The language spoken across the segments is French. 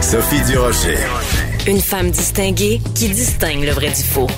Sophie Durocher. Une femme distinguée qui distingue le vrai du faux.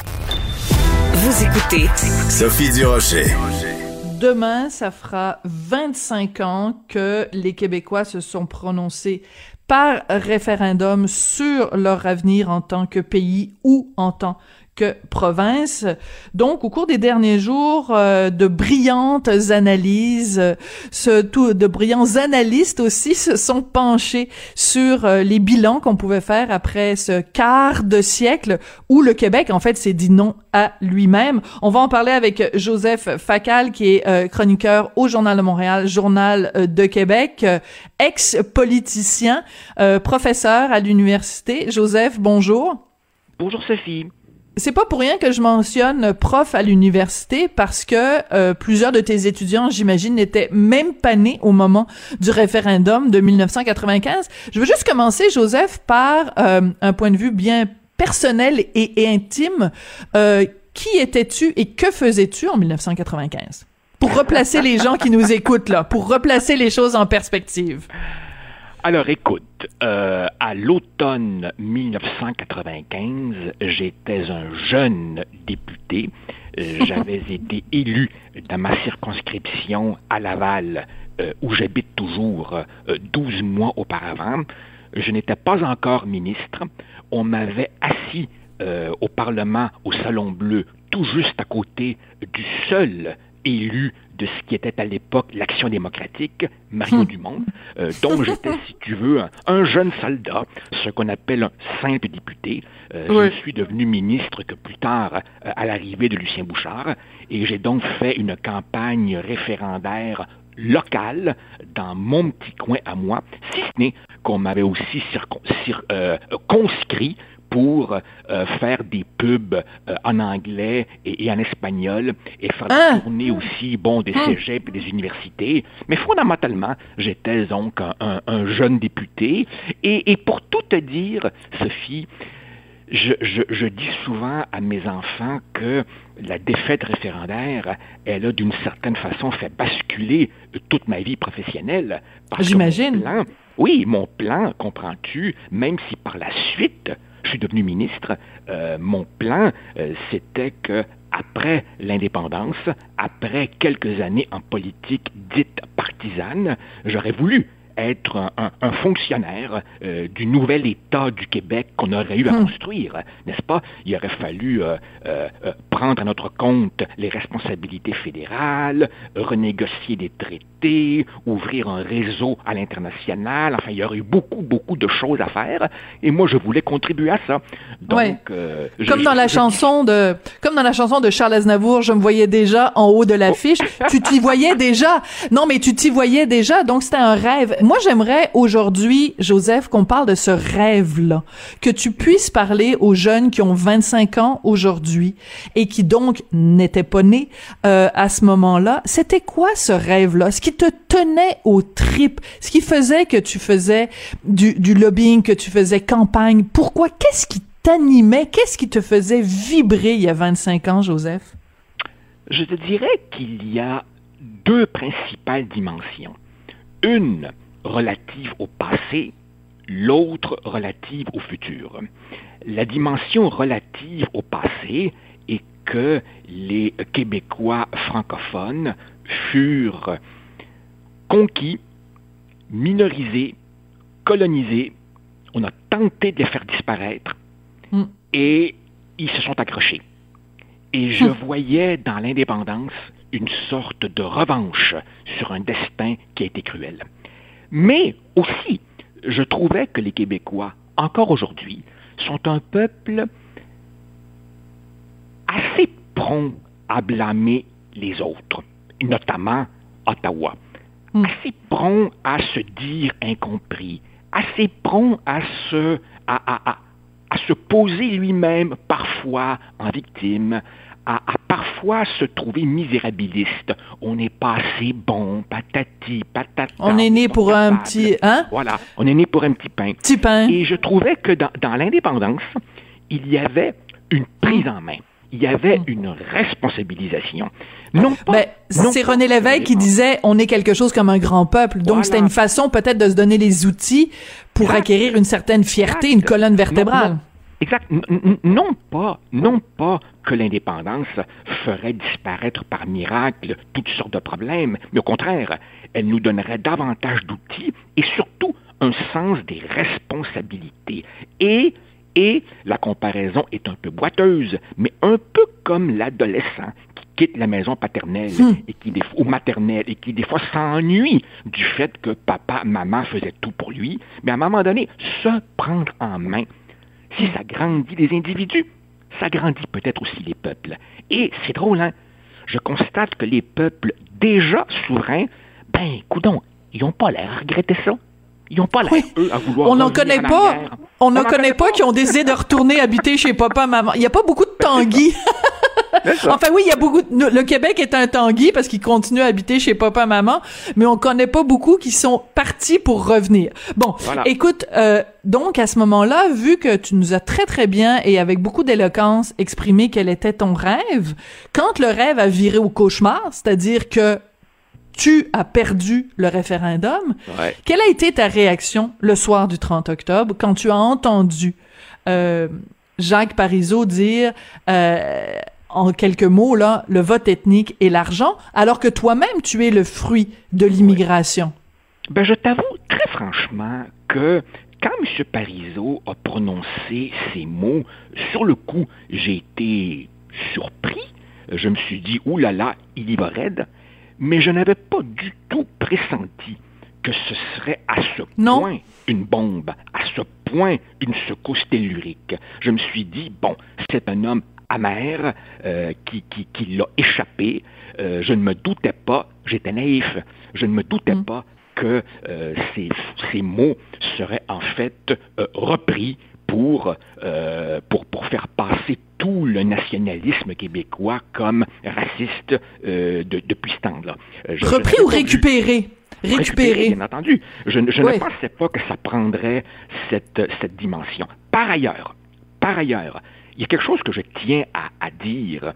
Vous écoutez Sophie Durocher. Demain, ça fera 25 ans que les Québécois se sont prononcés par référendum sur leur avenir en tant que pays ou en tant que province. Donc, au cours des derniers jours, de brillantes analyses, de brillants analystes aussi se sont penchés sur les bilans qu'on pouvait faire après ce quart de siècle où le Québec, en fait, s'est dit non à lui-même. On va en parler avec Joseph Facal, qui est chroniqueur au Journal de Montréal, Journal de Québec, ex-politicien, professeur à l'université. Joseph, bonjour. Bonjour Sophie. C'est pas pour rien que je mentionne prof à l'université parce que plusieurs de tes étudiants, j'imagine, n'étaient même pas nés au moment du référendum de 1995. Je veux juste commencer, Joseph, par un point de vue bien personnel et intime. Qui étais-tu et que faisais-tu en 1995? Pour replacer les gens qui nous écoutent, là, pour replacer les choses en perspective. Alors écoute, à l'automne 1995, j'étais un jeune député. J'avais été élu dans ma circonscription à Laval, où j'habite toujours 12 mois auparavant. Je n'étais pas encore ministre. On m'avait assis au Parlement, au Salon Bleu, tout juste à côté du seul élu de ce qui était à l'époque l'Action démocratique, Mario Dumont, dont j'étais, si tu veux, un jeune soldat, ce qu'on appelle un simple député. Je suis devenu ministre que plus tard, à l'arrivée de Lucien Bouchard, et j'ai donc fait une campagne référendaire locale dans mon petit coin à moi, si ce n'est qu'on m'avait aussi conscrit pour faire des pubs en anglais et en espagnol et faire des tournées aussi, des cégeps et des universités. Mais fondamentalement, j'étais donc un jeune député. Et pour tout te dire, Sophie, je dis souvent à mes enfants que la défaite référendaire, elle a d'une certaine façon fait basculer toute ma vie professionnelle. J'imagine. Mon plan, comprends-tu, même si par la suite, je suis devenu ministre, mon plan, c'était que après l'indépendance, après quelques années en politique dite partisane, j'aurais voulu être un fonctionnaire du nouvel État du Québec qu'on aurait eu à construire, n'est-ce pas? Il aurait fallu prendre à notre compte les responsabilités fédérales, renégocier des traités, ouvrir un réseau à l'international. Enfin, il y aurait eu beaucoup de choses à faire. Et moi, je voulais contribuer à ça. Donc, comme dans la chanson de Charles Aznavour, je me voyais déjà en haut de l'affiche. Tu t'y voyais déjà. Non, mais tu t'y voyais déjà. Donc, c'était un rêve. Moi, j'aimerais aujourd'hui, Joseph, qu'on parle de ce rêve-là. Que tu puisses parler aux jeunes qui ont 25 ans aujourd'hui et qui donc n'étaient pas nés à ce moment-là. C'était quoi ce rêve-là? Ce qui te tenait aux tripes? Ce qui faisait que tu faisais du lobbying, que tu faisais campagne? Pourquoi? Qu'est-ce qui t'animait? Qu'est-ce qui te faisait vibrer il y a 25 ans, Joseph? Je te dirais qu'il y a deux principales dimensions. Une relative au passé, l'autre relative au futur. La dimension relative au passé est que les Québécois francophones furent conquis, minorisés, colonisés. On a tenté de les faire disparaître et ils se sont accrochés. Et je voyais dans l'indépendance une sorte de revanche sur un destin qui a été cruel. Mais aussi, je trouvais que les Québécois, encore aujourd'hui, sont un peuple assez prompt à blâmer les autres, notamment Ottawa. Assez prompt à se dire incompris, assez prompt à se poser lui-même parfois en victime, à parfois se trouver misérabiliste. On n'est pas assez bon, patati, patata. On est né pour un petit... Voilà, on est né pour un petit pain. Petit pain. Et je trouvais que dans l'indépendance, il y avait une prise en main. Il y avait une responsabilisation. C'est René Lévesque qui disait « On est quelque chose comme un grand peuple ». Donc, c'était une façon peut-être de se donner les outils pour acquérir une certaine fierté, une colonne vertébrale. Exact. Non pas que l'indépendance ferait disparaître par miracle toutes sortes de problèmes, mais au contraire, elle nous donnerait davantage d'outils et surtout un sens des responsabilités. Et la comparaison est un peu boiteuse, mais un peu comme l'adolescent qui quitte la maison paternelle ou maternelle et qui des fois s'ennuie du fait que papa, maman faisaient tout pour lui, mais à un moment donné, se prendre en main. Si ça grandit les individus, ça grandit peut-être aussi les peuples. Et c'est drôle, hein? Je constate que les peuples déjà souverains, coudonc, ils n'ont pas l'air à regretter ça. Ils n'ont pas l'air, eux, à vouloir. On n'en connaît pas qui ont décidé de retourner habiter chez papa, maman. Il n'y a pas beaucoup de Tanguy. Enfin oui, il y a beaucoup. Le Québec est un Tanguy parce qu'il continue à habiter chez papa, maman, mais on connaît pas beaucoup qui sont partis pour revenir. Bon, voilà. Écoute, donc à ce moment-là, vu que tu nous as très très bien et avec beaucoup d'éloquence exprimé quel était ton rêve, quand le rêve a viré au cauchemar, c'est-à-dire que tu as perdu le référendum, quelle a été ta réaction le soir du 30 octobre quand tu as entendu Jacques Parizeau dire en quelques mots, là, le vote ethnique et l'argent, alors que toi-même, tu es le fruit de l'immigration? Je t'avoue très franchement que quand M. Parizeau a prononcé ces mots, sur le coup, j'ai été surpris. Je me suis dit, oulala, il y va raide. Mais je n'avais pas du tout pressenti que ce serait à ce point une bombe, à ce point une secousse tellurique. Je me suis dit, c'est un homme amer qui l'a échappé. Je ne me doutais pas, j'étais naïf, je ne me doutais pas que ces mots seraient en fait repris pour faire passer tout le nationalisme québécois comme raciste depuis ce temps-là. Repris ou récupéré? Récupéré, bien entendu. Je ne pensais pas que ça prendrait cette dimension. Par ailleurs, il y a quelque chose que je tiens à dire.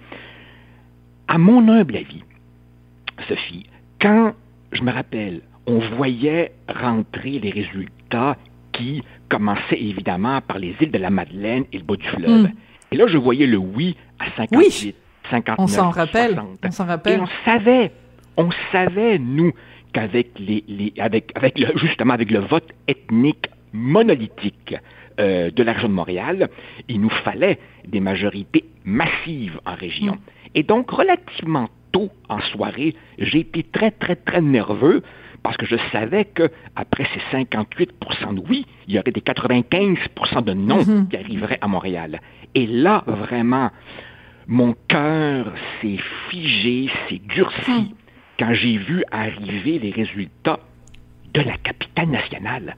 À mon humble avis, Sophie, quand, je me rappelle, on voyait rentrer les résultats qui commençaient évidemment par les îles de la Madeleine et le bas du fleuve. Et là, je voyais le oui à 58, 59, on s'en rappelle. 60. On s'en rappelle. Et on savait, nous, qu'avec justement avec le vote ethnique monolithique de la région de Montréal, il nous fallait des majorités massives en région. Et donc, relativement tôt en soirée, j'ai été très, très, très nerveux parce que je savais qu'après ces 58% de oui, il y aurait des 95% de non qui arriveraient à Montréal. Et là, vraiment, mon cœur s'est figé, s'est durci quand j'ai vu arriver les résultats de la capitale nationale.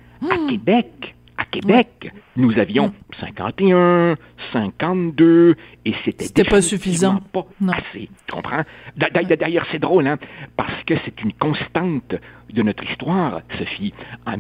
À Québec, nous avions 51, 52, et c'était pas suffisant. Pas assez. Tu comprends? D'ailleurs, c'est drôle, hein, parce que c'est une constante de notre histoire, Sophie. En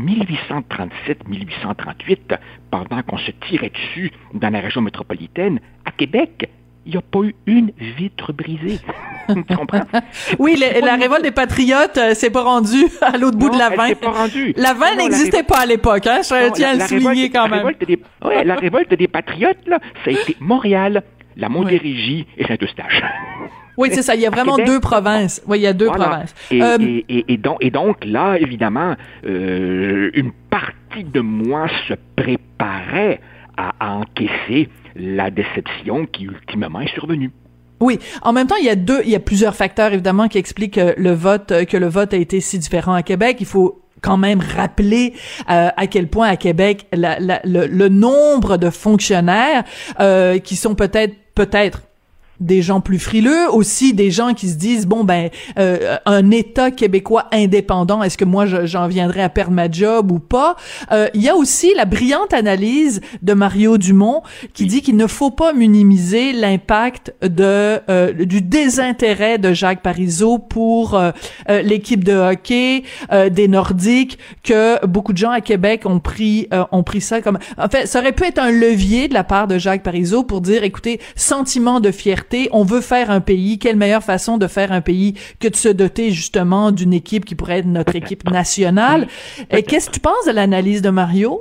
1837-1838, pendant qu'on se tirait dessus dans la région métropolitaine, à Québec, il n'y a pas eu une vitre brisée. Tu comprends? Oui, la révolte des patriotes s'est pas rendue à l'autre bout de la 20. Elle s'est pas rendue. La 20 n'existait pas à l'époque, hein? Je tiens à le souligner quand même. La révolte des patriotes, là, ça a été Montréal, la Montérégie et Saint-Eustache. Oui, c'est ça. Il y a vraiment deux provinces. Oui, il y a deux provinces. Et donc, là, évidemment, une partie de moi se préparait à encaisser la déception qui ultimement est survenue. Oui. En même temps, il y a plusieurs facteurs, évidemment, qui expliquent que le vote a été si différent à Québec. Il faut quand même rappeler à quel point à Québec le nombre de fonctionnaires qui sont peut-être des gens plus frileux, aussi des gens qui se disent un État québécois indépendant, est-ce que moi j'en viendrais à perdre ma job ou pas? Il y a aussi la brillante analyse de Mario Dumont qui dit qu'il ne faut pas minimiser l'impact du désintérêt de Jacques Parizeau pour l'équipe de hockey des Nordiques, que beaucoup de gens à Québec ont pris ça comme, en fait, ça aurait pu être un levier de la part de Jacques Parizeau pour dire, écoutez, sentiment de fierté liberté, on veut faire un pays, quelle meilleure façon de faire un pays que de se doter justement d'une équipe qui pourrait être notre équipe nationale. Et qu'est-ce que tu penses de l'analyse de Mario?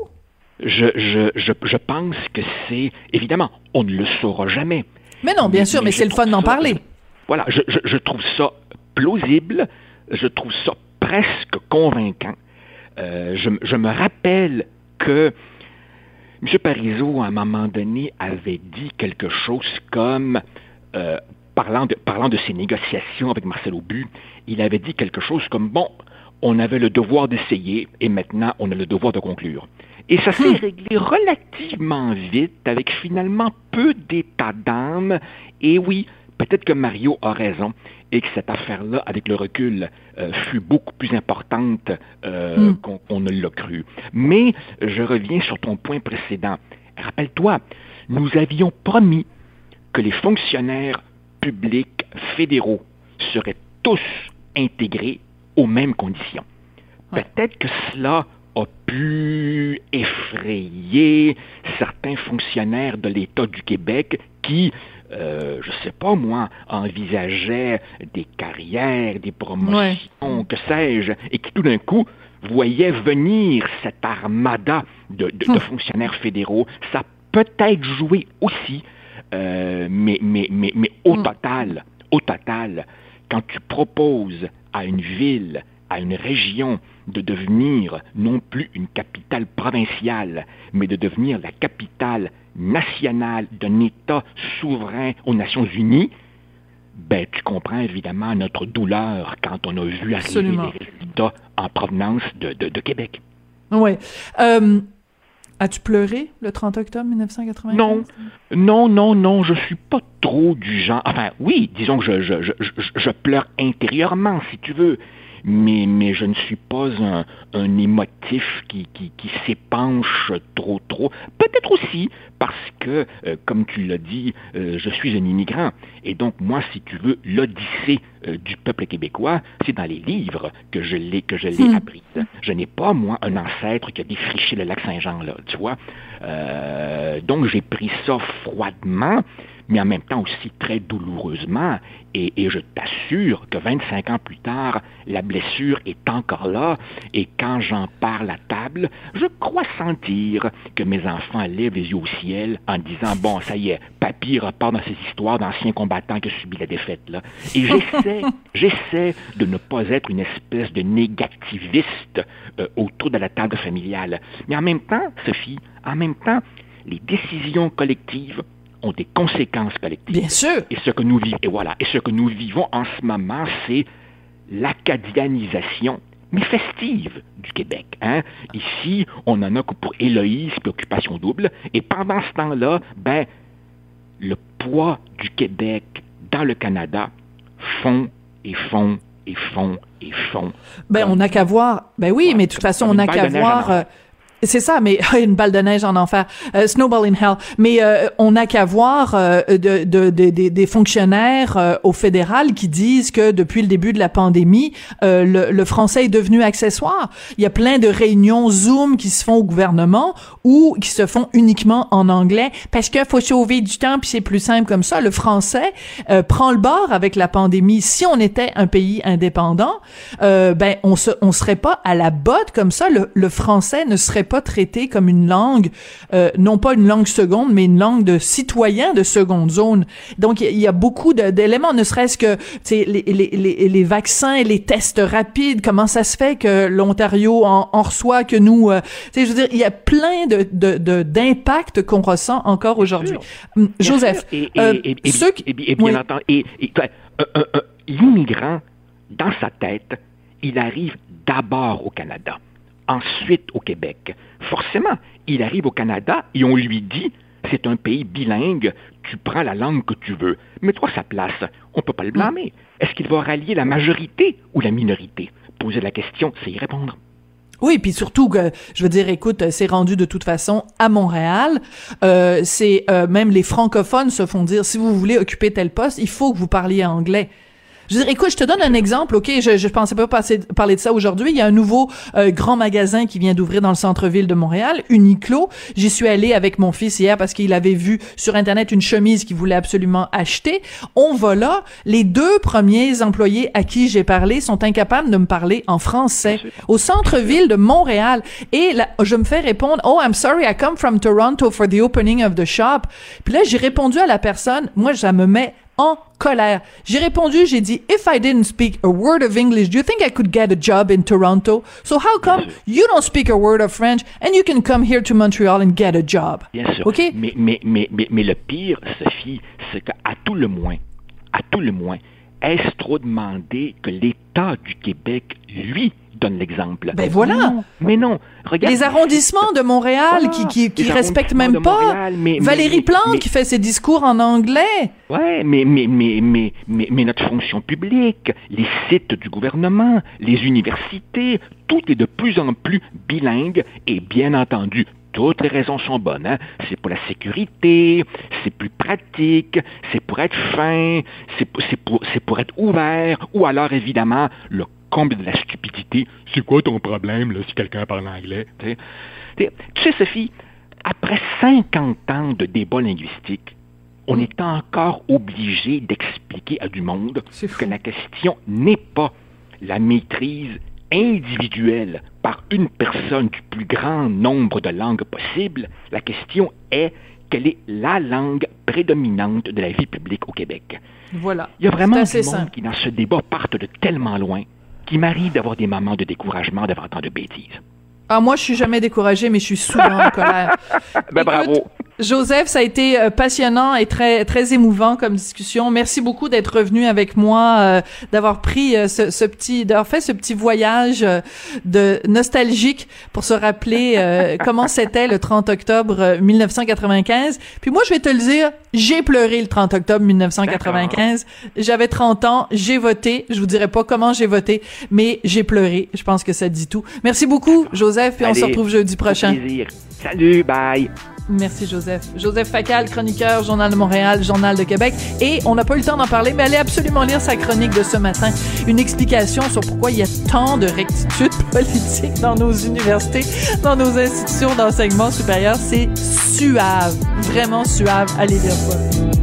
Je pense que c'est... Évidemment, on ne le saura jamais. Mais non, bien sûr, mais c'est le fun d'en parler. Voilà, je trouve ça plausible, je trouve ça presque convaincant. Je me rappelle que M. Parizeau, à un moment donné, avait dit quelque chose comme, parlant de ses négociations avec Marcel Aubu, il avait dit quelque chose comme, bon, on avait le devoir d'essayer et maintenant on a le devoir de conclure. Et ça s'est réglé relativement vite, avec finalement peu d'état d'âme. Et oui, peut-être que Mario a raison et que cette affaire-là, avec le recul, fut beaucoup plus importante qu'on ne l'a cru. Mais je reviens sur ton point précédent. Rappelle-toi, nous avions promis que les fonctionnaires publics fédéraux seraient tous intégrés aux mêmes conditions. Peut-être que cela a pu effrayer certains fonctionnaires de l'État du Québec qui, je sais pas moi, envisageaient des carrières, des promotions, que sais-je, et qui tout d'un coup voyaient venir cette armada de fonctionnaires fédéraux. Ça a peut-être joué aussi, mais au total, quand tu proposes à une ville, à une région, de devenir non plus une capitale provinciale, mais de devenir la capitale nationale d'un État souverain aux Nations Unies, ben tu comprends évidemment notre douleur quand on a vu arriver les résultats en provenance de Québec. Oui. As-tu pleuré le 30 octobre 1995? Non, je suis pas trop du genre... Enfin, oui, disons que je pleure intérieurement, si tu veux, mais je ne suis pas un émotif qui s'épanche trop. Peut-être aussi parce que, comme tu l'as dit, je suis un immigrant. Et donc, moi, si tu veux, l'odyssée du peuple québécois, c'est dans les livres que je l'ai apprise. Je n'ai pas, moi, un ancêtre qui a défriché le lac Saint-Jean, là, tu vois. Donc, j'ai pris ça froidement, mais en même temps aussi très douloureusement, et je t'assure que 25 ans plus tard, la blessure est encore là, et quand j'en parle à table, je crois sentir que mes enfants lèvent les yeux au ciel en disant, bon, ça y est, papy repart dans ses histoires d'anciens combattants qui ont subi la défaite, là. Et j'essaie de ne pas être une espèce de négativiste autour de la table familiale. Mais en même temps, Sophie, les décisions collectives ont des conséquences collectives. Bien sûr. Et ce que nous vivons en ce moment, c'est l'acadianisation, mais festive du Québec. Hein? Ici, on en a que pour Héloïse et Occupation double. Et pendant ce temps-là, ben, le poids du Québec dans le Canada fond. Ben, on n'a qu'à voir. Ben oui, mais de toute façon, on n'a qu'à voir. C'est ça, mais une balle de neige en enfer, snowball in hell. Mais on n'a qu'à voir des fonctionnaires au fédéral qui disent que depuis le début de la pandémie, le français est devenu accessoire. Il y a plein de réunions Zoom qui se font au gouvernement ou qui se font uniquement en anglais parce qu'il faut sauver du temps puis c'est plus simple comme ça. Le français prend le bord avec la pandémie. Si on était un pays indépendant, ben on serait pas à la botte comme ça. Le français ne serait pas traité comme une langue, non pas une langue seconde, mais une langue de citoyen de seconde zone. Donc, il y a beaucoup d'éléments, ne serait-ce que les vaccins et les tests rapides, comment ça se fait que l'Ontario en reçoit, que nous... je veux dire, il y a plein d'impacts qu'on ressent encore aujourd'hui. Joseph, bien entendu, l'immigrant, dans sa tête, il arrive d'abord au Canada, ensuite au Québec. Forcément, il arrive au Canada et on lui dit « c'est un pays bilingue, tu prends la langue que tu veux, mets-toi à sa place, on ne peut pas le blâmer. Est-ce qu'il va rallier la majorité ou la minorité? » Poser la question, c'est y répondre. Oui, puis surtout que, je veux dire, écoute, c'est rendu de toute façon à Montréal. Même les francophones se font dire, si vous voulez occuper tel poste, il faut que vous parliez anglais. Je veux dire, écoute, je te donne un exemple, OK? Je pensais pas parler de ça aujourd'hui. Il y a un nouveau grand magasin qui vient d'ouvrir dans le centre-ville de Montréal, Uniqlo. J'y suis allée avec mon fils hier parce qu'il avait vu sur Internet une chemise qu'il voulait absolument acheter. On va là. Les 2 premiers employés à qui j'ai parlé sont incapables de me parler en français. Au centre-ville de Montréal. Et là, je me fais répondre, « Oh, I'm sorry, I come from Toronto for the opening of the shop. » Puis là, j'ai répondu à la personne, moi, ça me met en colère. J'ai répondu, j'ai dit, if I didn't speak a word of English, do you think I could get a job in Toronto? So how come you don't speak a word of French and you can come here to Montreal and get a job? Bien sûr. OK? Mais le pire, Sophie, c'est qu'à tout le moins, est-ce trop demandé que l'État du Québec, lui, donne l'exemple? Ben voilà! Non, mais non, regarde. Les arrondissements de Montréal qui respectent même pas. Montréal, Valérie Plante qui fait ses discours en anglais. Ouais, mais notre fonction publique, les sites du gouvernement, les universités, tout est de plus en plus bilingue et bien entendu, toutes les raisons sont bonnes, hein? C'est pour la sécurité, c'est plus pratique, c'est pour être fin, c'est pour être ouvert, ou alors évidemment, le comble de la stupidité, c'est quoi ton problème là, si quelqu'un parle anglais? Tu sais, Sophie, après 50 ans de débat linguistique, on est encore obligé d'expliquer à du monde que la question n'est pas la maîtrise individuelle par une personne du plus grand nombre de langues possibles. La question est quelle est la langue prédominante de la vie publique au Québec. Voilà. Il y a vraiment du simple. monde qui, dans ce débat, partent de tellement loin qu'il m'arrive d'avoir des moments de découragement devant tant de bêtises. Ah, moi, je suis jamais découragée, mais je suis souvent en colère. Ben, écoute, bravo. Joseph, ça a été passionnant et très très émouvant comme discussion. Merci beaucoup d'être revenu avec moi, d'avoir pris d'avoir fait ce petit voyage de nostalgique pour se rappeler comment c'était le 30 octobre 1995. Puis moi, je vais te le dire, j'ai pleuré le 30 octobre 1995. D'accord. J'avais 30 ans, j'ai voté. Je vous dirai pas comment j'ai voté, mais j'ai pleuré. Je pense que ça dit tout. Merci beaucoup, Joseph, puis on se retrouve jeudi prochain. Plaisir. Salut, bye. Merci, Joseph. Joseph Facal, chroniqueur, Journal de Montréal, Journal de Québec. Et on n'a pas eu le temps d'en parler, mais allez absolument lire sa chronique de ce matin. Une explication sur pourquoi il y a tant de rectitude politique dans nos universités, dans nos institutions d'enseignement supérieur. C'est suave. Vraiment suave. Allez lire ça.